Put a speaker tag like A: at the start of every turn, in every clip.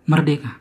A: Merdeka.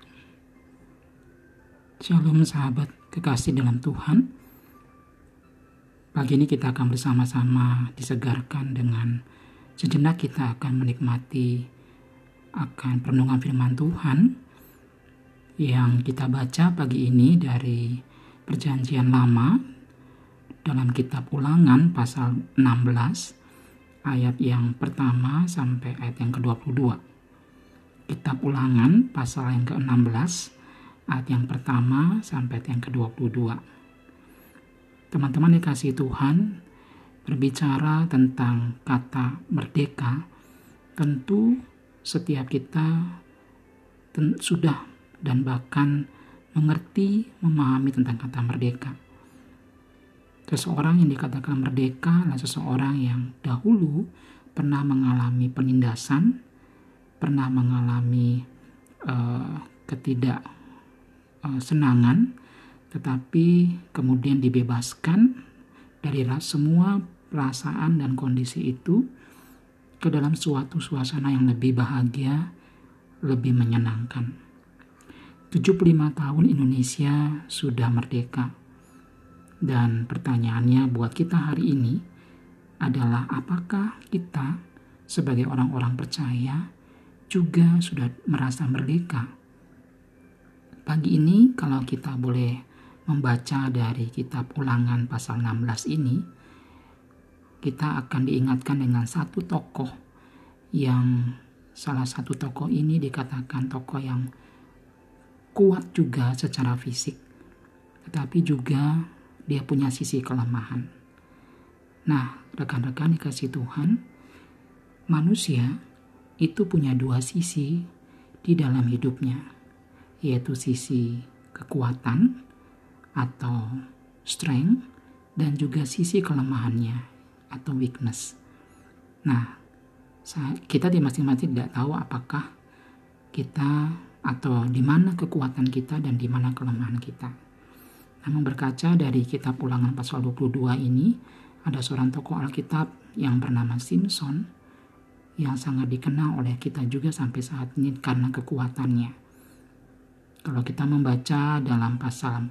A: Shalom sahabat kekasih dalam Tuhan. Pagi ini kita akan bersama-sama disegarkan dengan sejenak kita akan menikmati akan perenungan firman Tuhan yang kita baca pagi ini dari Perjanjian Lama dalam kitab Ulangan pasal 16 ayat yang pertama sampai ayat yang ke-22. Kitab Ulangan pasal yang ke-16 ayat yang pertama sampai ayat yang ke-22. Teman-teman dikasihi Tuhan, berbicara tentang kata merdeka, tentu setiap kita sudah dan bahkan mengerti, memahami tentang kata merdeka. Seseorang yang dikatakan merdeka adalah seseorang yang dahulu pernah mengalami penindasan, pernah mengalami ketidaksenangan, tetapi kemudian dibebaskan dari semua perasaan dan kondisi itu ke dalam suatu suasana yang lebih bahagia, lebih menyenangkan. 75 tahun Indonesia sudah merdeka. Dan pertanyaannya buat kita hari ini adalah apakah kita sebagai orang-orang percaya juga sudah merasa merdeka? Pagi ini kalau kita boleh membaca dari kitab Ulangan pasal 16 ini, kita akan diingatkan dengan satu tokoh yang salah satu tokoh ini dikatakan tokoh yang kuat juga secara fisik, tetapi juga dia punya sisi kelemahan. Nah, rekan-rekan dikasih Tuhan, manusia itu punya dua sisi di dalam hidupnya, yaitu sisi kekuatan atau strength dan juga sisi kelemahannya atau weakness. Nah, kita di masing-masing tidak tahu apakah kita atau di mana kekuatan kita dan di mana kelemahan kita. Namun berkaca dari kitab Ulangan pasal 22 ini, ada seorang tokoh Alkitab yang bernama Simson yang sangat dikenal oleh kita juga sampai saat ini karena kekuatannya. Kalau kita membaca dalam pasal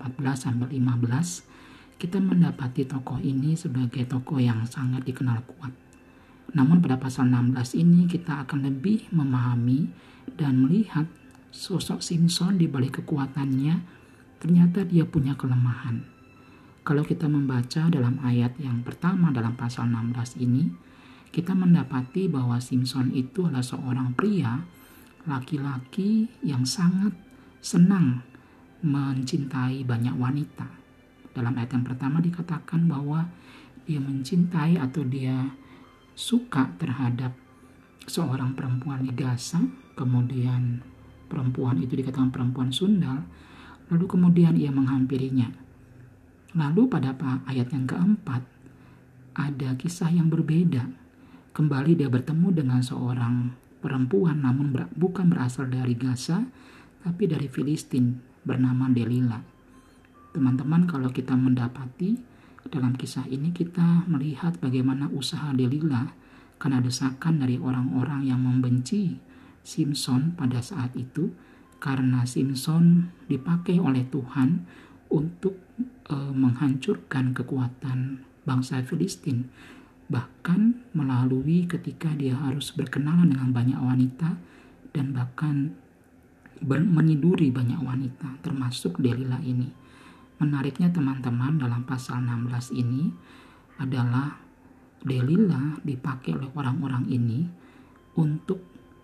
A: 14-15, kita mendapati tokoh ini sebagai tokoh yang sangat dikenal kuat. Namun pada pasal 16 ini kita akan lebih memahami dan melihat sosok Simson di balik kekuatannya, ternyata dia punya kelemahan. Kalau kita membaca dalam ayat yang pertama dalam pasal 16 ini, kita mendapati bahwa Simson itu adalah seorang pria, laki-laki yang sangat senang mencintai banyak wanita. Dalam ayat yang pertama dikatakan bahwa dia mencintai atau dia suka terhadap seorang perempuan di Gaza, kemudian perempuan itu dikatakan perempuan sundal, lalu kemudian ia menghampirinya. Lalu pada ayat yang keempat ada kisah yang berbeda. Kembali dia bertemu dengan seorang perempuan namun bukan berasal dari Gaza, tapi dari Filistin bernama Delila. Teman-teman, kalau kita mendapati dalam kisah ini kita melihat bagaimana usaha Delila karena desakan dari orang-orang yang membenci Simson pada saat itu, karena Simson dipakai oleh Tuhan untuk menghancurkan kekuatan bangsa Filistin. Bahkan melalui ketika dia harus berkenalan dengan banyak wanita dan bahkan meniduri banyak wanita, termasuk Delila ini. Menariknya teman-teman, dalam pasal 16 ini adalah Delila dipakai oleh orang-orang ini untuk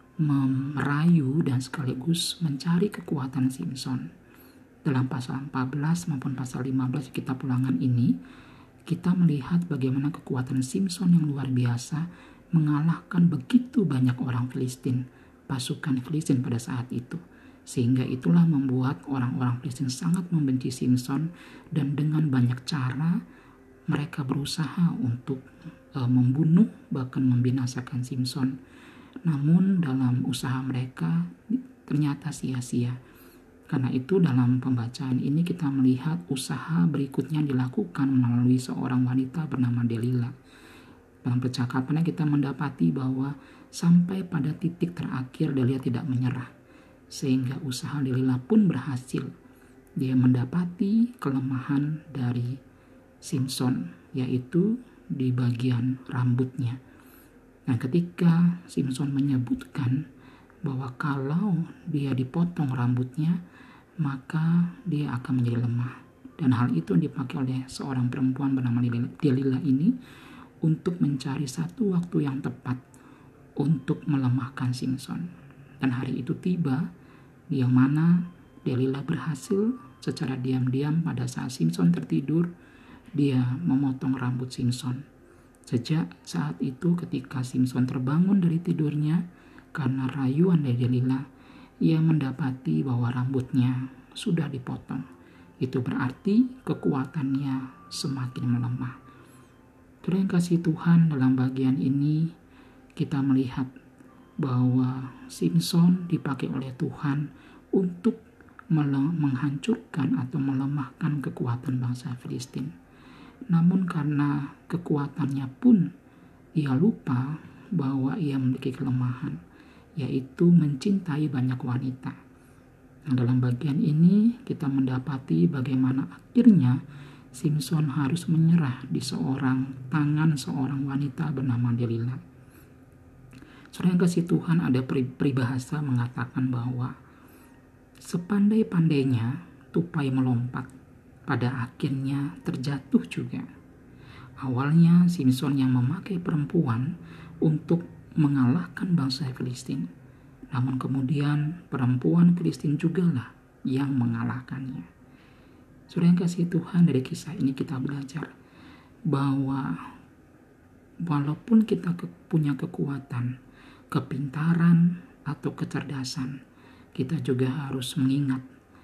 A: merayu dan sekaligus mencari kekuatan Simson. Dalam pasal 14 maupun pasal 15 kitab Ulangan ini, kita melihat bagaimana kekuatan Simson yang luar biasa mengalahkan begitu banyak orang Filistin, pasukan Filistin pada saat itu. Sehingga itulah membuat orang-orang Filistin sangat membenci Simson dan dengan banyak cara mereka berusaha untuk membunuh bahkan membinasakan Simson. Namun dalam usaha mereka ternyata sia-sia. Karena itu dalam pembacaan ini kita melihat usaha berikutnya dilakukan melalui seorang wanita bernama Delila. Dalam percakapannya kita mendapati bahwa sampai pada titik terakhir Delila tidak menyerah. sehingga usaha Delila pun berhasil. Dia mendapati kelemahan dari Simson, yaitu di bagian rambutnya. Nah, ketika Simson menyebutkan bahwa kalau dia dipotong rambutnya, maka dia akan menjadi lemah. Dan hal itu dipakai oleh seorang perempuan bernama Delila ini untuk mencari satu waktu yang tepat untuk melemahkan Simson. Dan hari itu tiba, yang mana Delila berhasil secara diam-diam pada saat Simson tertidur, dia memotong rambut Simson. Sejak saat itu ketika Simson terbangun dari tidurnya karena rayuan dari Delila, ia mendapati bahwa rambutnya sudah dipotong. Itu berarti kekuatannya semakin melemah. Saudara yang kasih Tuhan, dalam bagian ini kita melihat bahwa Simson dipakai oleh Tuhan untuk menghancurkan atau melemahkan kekuatan bangsa Filistin. Namun karena kekuatannya pun, ia lupa bahwa ia memiliki kelemahan, yaitu mencintai banyak wanita. Nah, dalam bagian ini kita mendapati bagaimana akhirnya Simson harus menyerah di tangan seorang wanita bernama Delila. Saudara yang kasih Tuhan, ada peribahasa mengatakan bahwa sepandai-pandainya tupai melompat, pada akhirnya terjatuh juga. Awalnya Simson yang memakai perempuan untuk mengalahkan bangsa Filistin. Namun kemudian perempuan Filistin jugalah yang mengalahkannya. Saudara yang kasih Tuhan, dari kisah ini kita belajar bahwa walaupun kita punya kekuatan, kepintaran, atau kecerdasan, kita juga harus mengingat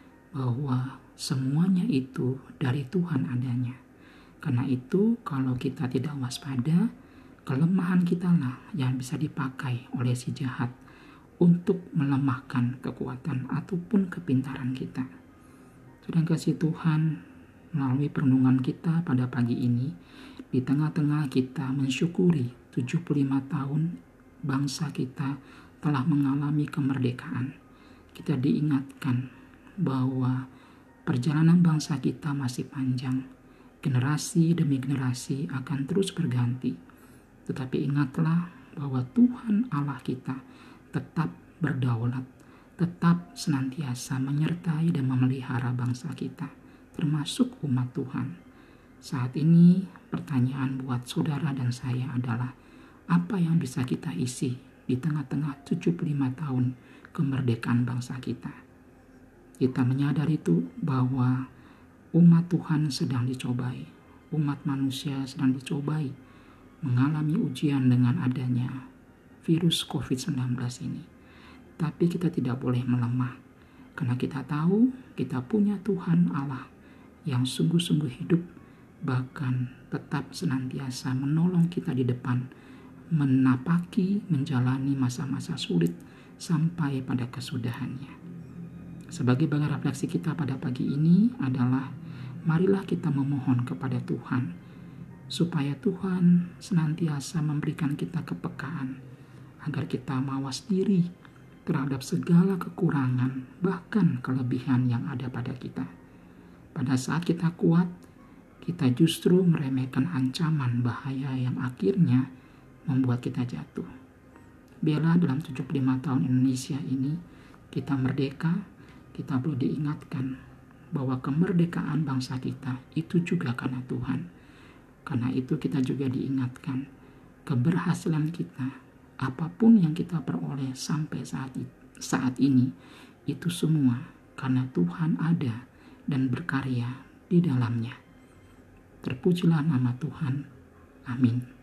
A: bahwa semuanya itu dari Tuhan adanya. Karena itu kalau kita tidak waspada, kelemahan kita lah yang bisa dipakai oleh si jahat untuk melemahkan kekuatan ataupun kepintaran kita. Sudah kasih Tuhan, melalui perenungan kita pada pagi ini, di tengah-tengah kita mensyukuri 75 tahun bangsa kita telah mengalami kemerdekaan. Kita diingatkan bahwa perjalanan bangsa kita masih panjang. Generasi demi generasi akan terus berganti. Tetapi ingatlah bahwa Tuhan Allah kita tetap berdaulat, tetap senantiasa menyertai dan memelihara bangsa kita, termasuk umat Tuhan. Saat ini pertanyaan buat saudara dan saya adalah, apa yang bisa kita isi di tengah-tengah 75 tahun kemerdekaan bangsa kita? Kita menyadari itu bahwa umat Tuhan sedang dicobai, umat manusia sedang dicobai, mengalami ujian dengan adanya virus COVID-19 ini. Tapi kita tidak boleh melemah, karena kita tahu kita punya Tuhan Allah yang sungguh-sungguh hidup, bahkan tetap senantiasa menolong kita di depan, menapaki, menjalani masa-masa sulit sampai pada kesudahannya. Sebagai bagian refleksi kita pada pagi ini adalah, marilah kita memohon kepada Tuhan, supaya Tuhan senantiasa memberikan kita kepekaan, agar kita mawas diri terhadap segala kekurangan, bahkan kelebihan yang ada pada kita. Pada saat kita kuat, kita justru meremehkan ancaman bahaya yang akhirnya membuat kita jatuh. Biarlah dalam 75 tahun Indonesia ini, kita merdeka, kita perlu diingatkan bahwa kemerdekaan bangsa kita itu juga karena Tuhan. Karena itu kita juga diingatkan, keberhasilan kita, apapun yang kita peroleh sampai saat ini, itu semua karena Tuhan ada dan berkarya di dalamnya. Terpujilah nama Tuhan. Amin.